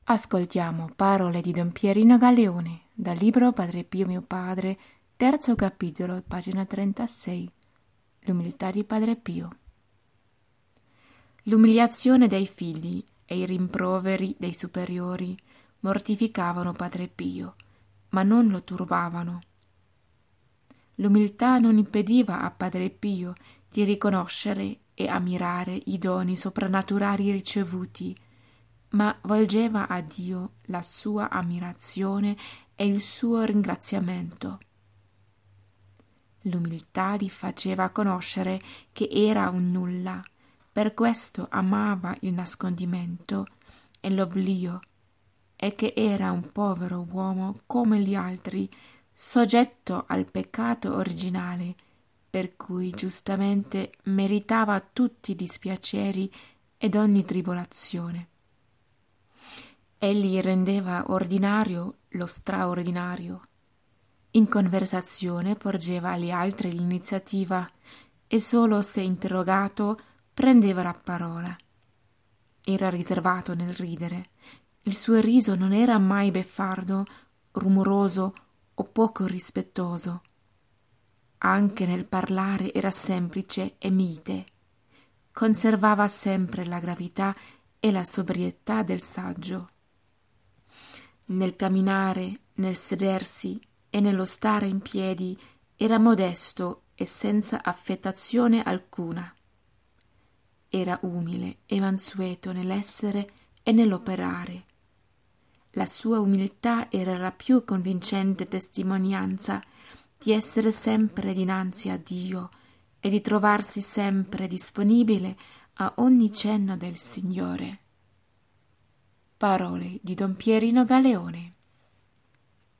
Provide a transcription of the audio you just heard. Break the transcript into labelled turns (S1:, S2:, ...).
S1: Ascoltiamo parole di Don Pierino Galeone dal libro Padre Pio mio padre, terzo capitolo, pagina 36. L'umiltà di Padre Pio. L'umiliazione dei figli e i rimproveri dei superiori mortificavano Padre Pio, ma non lo turbavano. L'umiltà non impediva a Padre Pio di riconoscere e ammirare i doni soprannaturali ricevuti, ma volgeva a Dio la sua ammirazione e il suo ringraziamento. L'umiltà gli faceva conoscere che era un nulla, per questo amava il nascondimento e l'oblio, e che era un povero uomo come gli altri, soggetto al peccato originale, per cui giustamente meritava tutti i dispiaceri ed ogni tribolazione. Egli rendeva ordinario lo straordinario. In conversazione porgeva agli altri l'iniziativa e solo se interrogato prendeva la parola. Era riservato nel ridere. Il suo riso non era mai beffardo, rumoroso o poco rispettoso. Anche nel parlare era semplice e mite. Conservava sempre la gravità e la sobrietà del saggio. Nel camminare, nel sedersi e nello stare in piedi era modesto e senza affettazione alcuna. Era umile e mansueto nell'essere e nell'operare. La sua umiltà era la più convincente testimonianza di essere sempre dinanzi a Dio e di trovarsi sempre disponibile a ogni cenno del Signore. Parole di Don Pierino Galeone.